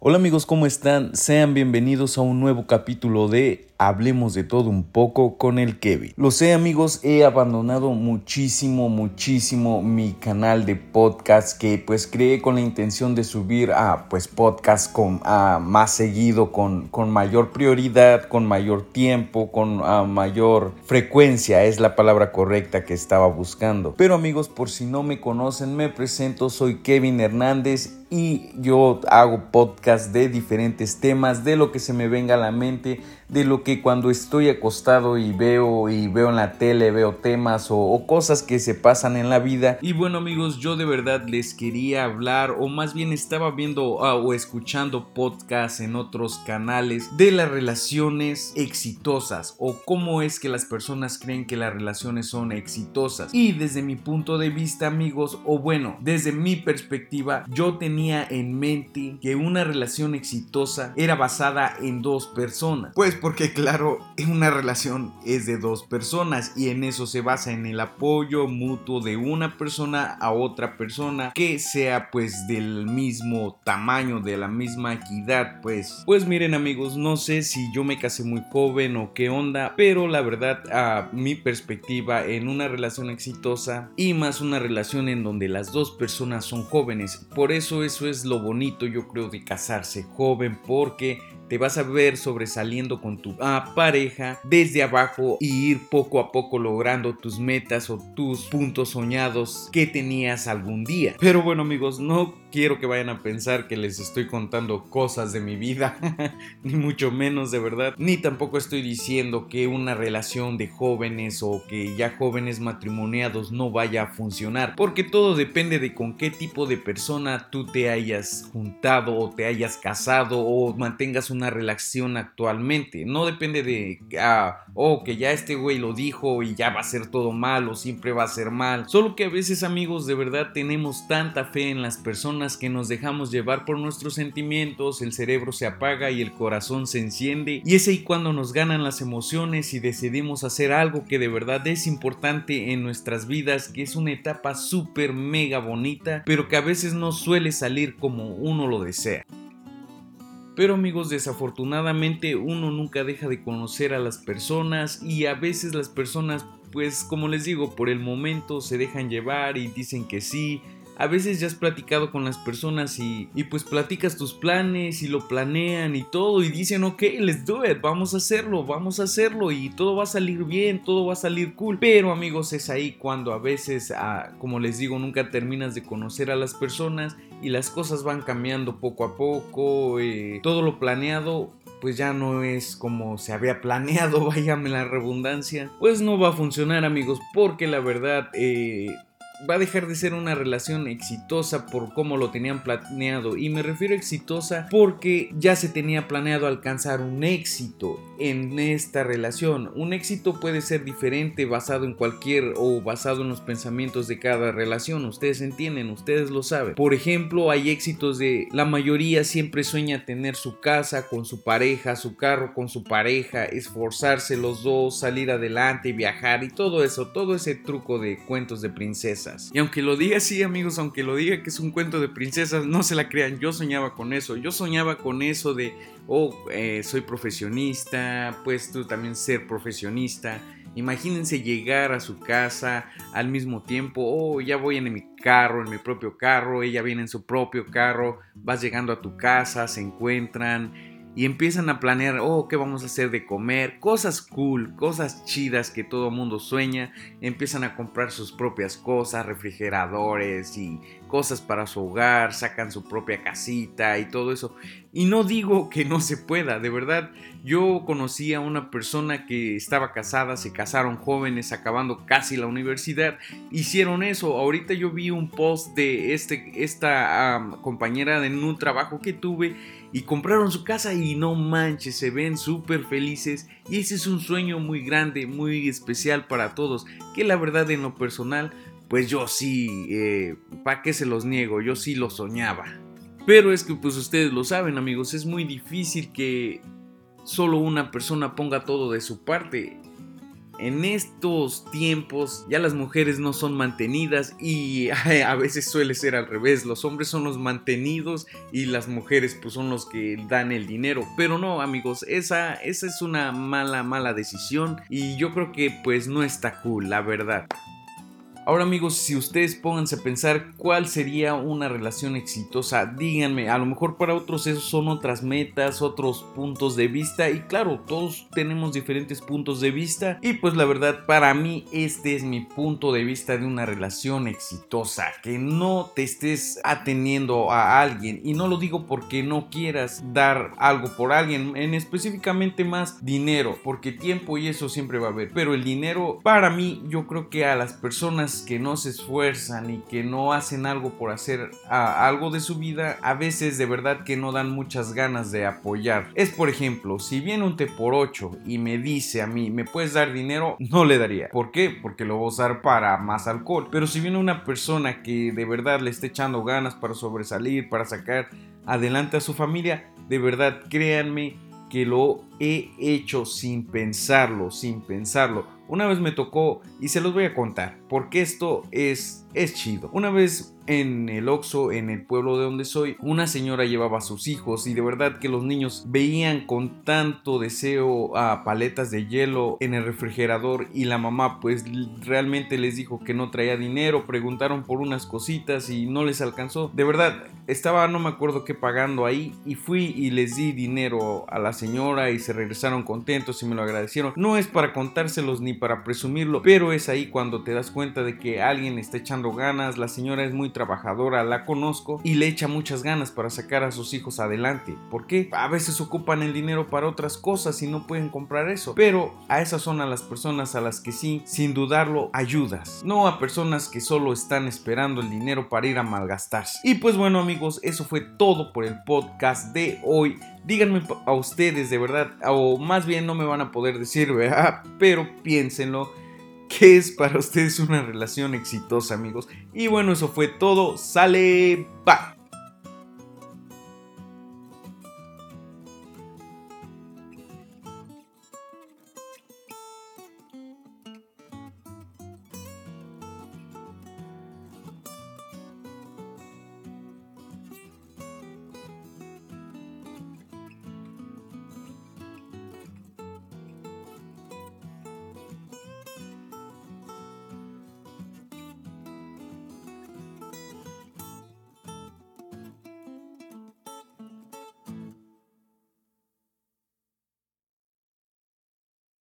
Hola amigos, ¿cómo están? Sean bienvenidos a un nuevo capítulo de Hablemos de todo un poco con el Kevin. Lo sé amigos, he abandonado muchísimo mi canal de podcast que pues creé con la intención de subir a podcast más seguido, con mayor prioridad, con mayor tiempo, con mayor frecuencia, es la palabra correcta que estaba buscando. Pero amigos, por si no me conocen, me presento, soy Kevin Hernández y yo hago podcast de diferentes temas, de lo que se me venga a la mente, de lo que cuando estoy acostado y veo en la tele, veo temas o cosas que se pasan en la vida. Y bueno amigos, yo de verdad les quería hablar, o más bien estaba viendo o escuchando podcasts en otros canales de las relaciones exitosas, o cómo es que las personas creen que las relaciones son exitosas. Y desde mi punto de vista amigos, o bueno, desde mi perspectiva, yo tenía en mente que una relación exitosa era basada en dos personas. Pues porque claro, una relación es de dos personas y en eso se basa, en el apoyo mutuo de una persona a otra persona que sea pues del mismo tamaño, de la misma equidad. Pues miren amigos, no sé si yo me casé muy joven o qué onda, pero la verdad a mi perspectiva en una relación exitosa, y más una relación en donde las dos personas son jóvenes, por eso es lo bonito yo creo de casarse joven, porque te vas a ver sobresaliendo con tu pareja desde abajo y ir poco a poco logrando tus metas o tus puntos soñados que tenías algún día. Pero bueno amigos, no quiero que vayan a pensar que les estoy contando cosas de mi vida, ni mucho menos de verdad, ni tampoco estoy diciendo que una relación de jóvenes o que ya jóvenes matrimoniados no vaya a funcionar, porque todo depende de con qué tipo de persona tú te hayas juntado o te hayas casado o mantengas una relación actualmente. No depende de que ya este güey lo dijo y ya va a ser todo mal o siempre va a ser mal. Solo que a veces amigos de verdad tenemos tanta fe en las personas que nos dejamos llevar por nuestros sentimientos, el cerebro se apaga y el corazón se enciende, y es ahí cuando nos ganan las emociones y decidimos hacer algo que de verdad es importante en nuestras vidas, que es una etapa súper mega bonita, pero que a veces no suele salir como uno lo desea. Pero amigos, desafortunadamente uno nunca deja de conocer a las personas, y a veces las personas, pues como les digo, por el momento se dejan llevar y dicen que sí. A veces ya has platicado con las personas y pues platicas tus planes y lo planean y todo y dicen ok, let's do it, vamos a hacerlo y todo va a salir bien, todo va a salir cool. Pero amigos, es ahí cuando a veces, como les digo, nunca terminas de conocer a las personas y las cosas van cambiando poco a poco. Todo lo planeado pues ya no es como se había planeado, váyame la redundancia. Pues no va a funcionar amigos, porque la verdad va a dejar de ser una relación exitosa por cómo lo tenían planeado. Y me refiero a exitosa porque ya se tenía planeado alcanzar un éxito en esta relación. Un éxito puede ser diferente basado en cualquier o basado en los pensamientos de cada relación. Ustedes entienden, ustedes lo saben. Por ejemplo, hay éxitos de la mayoría siempre sueña tener su casa con su pareja, su carro con su pareja, esforzarse los dos, salir adelante, viajar y todo eso, todo ese truco de cuentos de princesa. Y aunque lo diga así amigos, aunque lo diga que es un cuento de princesas, no se la crean, yo soñaba con eso de soy profesionista, pues tú también ser profesionista. Imagínense llegar a su casa al mismo tiempo, ya voy en mi carro, en mi propio carro, ella viene en su propio carro, vas llegando a tu casa, se encuentran y empiezan a planear, qué vamos a hacer de comer, cosas cool, cosas chidas que todo mundo sueña. Empiezan a comprar sus propias cosas, refrigeradores y cosas para su hogar, sacan su propia casita y todo eso. Y no digo que no se pueda, de verdad. Yo conocí a una persona que estaba casada, se casaron jóvenes, acabando casi la universidad, hicieron eso. Ahorita yo vi un post de esta compañera en un trabajo que tuve, y compraron su casa y no manches, se ven súper felices, y ese es un sueño muy grande, muy especial para todos, que la verdad en lo personal, pues yo sí, ¿para qué se los niego? Yo sí lo soñaba. Pero es que pues ustedes lo saben amigos, es muy difícil que solo una persona ponga todo de su parte. en estos tiempos ya las mujeres no son mantenidas y a veces suele ser al revés, los hombres son los mantenidos y las mujeres pues son los que dan el dinero, pero no amigos, esa es una mala decisión y yo creo que pues no está cool, la verdad. Ahora amigos, si ustedes pónganse a pensar cuál sería una relación exitosa, díganme, a lo mejor para otros esos son otras metas, otros puntos de vista y claro, todos tenemos diferentes puntos de vista y pues la verdad para mí este es mi punto de vista de una relación exitosa, que no te estés ateniendo a alguien y no lo digo porque no quieras dar algo por alguien, en específicamente más dinero, porque tiempo y eso siempre va a haber, pero el dinero para mí yo creo que a las personas que no se esfuerzan y que no hacen algo por hacer algo de su vida, a veces de verdad que no dan muchas ganas de apoyar. Es por ejemplo, si viene un T por 8 y me dice a mí, ¿me puedes dar dinero? No le daría. ¿Por qué? Porque lo voy a usar para más alcohol. Pero si viene una persona que de verdad le esté echando ganas para sobresalir, para sacar adelante a su familia, de verdad créanme que lo he hecho sin pensarlo. Una vez me tocó y se los voy a contar porque esto es chido. Una vez en el Oxxo, en el pueblo de donde soy, una señora llevaba a sus hijos y de verdad que los niños veían con tanto deseo a paletas de hielo en el refrigerador y la mamá pues realmente les dijo que no traía dinero, preguntaron por unas cositas y no les alcanzó. De verdad, estaba no me acuerdo qué pagando ahí y fui y les di dinero a la señora y se regresaron contentos y me lo agradecieron. No es para contárselos ni para presumirlo, pero es ahí cuando te das cuenta de que alguien está echando ganas. La señora es muy trabajadora, la conozco y le echa muchas ganas para sacar a sus hijos adelante. ¿Por qué? A veces ocupan el dinero para otras cosas y no pueden comprar eso, pero a esas son a las personas a las que sí, sin dudarlo, ayudas, no a personas que solo están esperando el dinero para ir a malgastarse. Y pues bueno amigos, eso fue todo por el podcast de hoy. Díganme a ustedes de verdad, o más bien no me van a poder decir, ¿verdad? Pero piénsenlo, ¿qué es para ustedes una relación exitosa, amigos? Y bueno, eso fue todo. Sale, bye.